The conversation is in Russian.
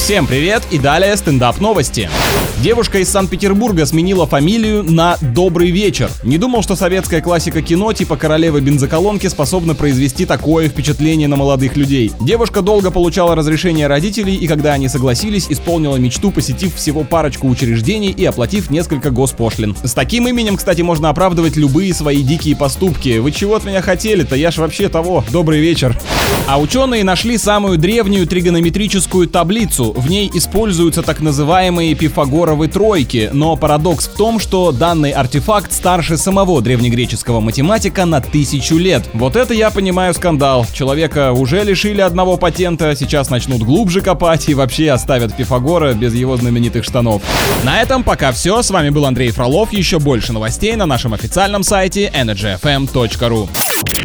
Всем привет и далее стендап новости. Девушка из Санкт-Петербурга сменила фамилию на «Добрый вечер». Не думал, что советская классика кино типа «Королевы бензоколонки» способна произвести такое впечатление на молодых людей. Девушка долго получала разрешение родителей, и когда они согласились, исполнила мечту, посетив всего парочку учреждений и оплатив несколько госпошлин. С таким именем, кстати, можно оправдывать любые свои дикие поступки. Вы чего от меня хотели-то? Я ж вообще того. Добрый вечер. А ученые нашли самую древнюю тригонометрическую таблицу. В ней используются так называемые пифагоровы тройки, но парадокс в том, что данный артефакт старше самого древнегреческого математика на 1000 лет. Вот это я понимаю скандал. Человека уже лишили одного патента, сейчас начнут глубже копать и вообще оставят Пифагора без его знаменитых штанов. На этом пока все. С вами был Андрей Фролов. Еще больше новостей на нашем официальном сайте energyfm.ru.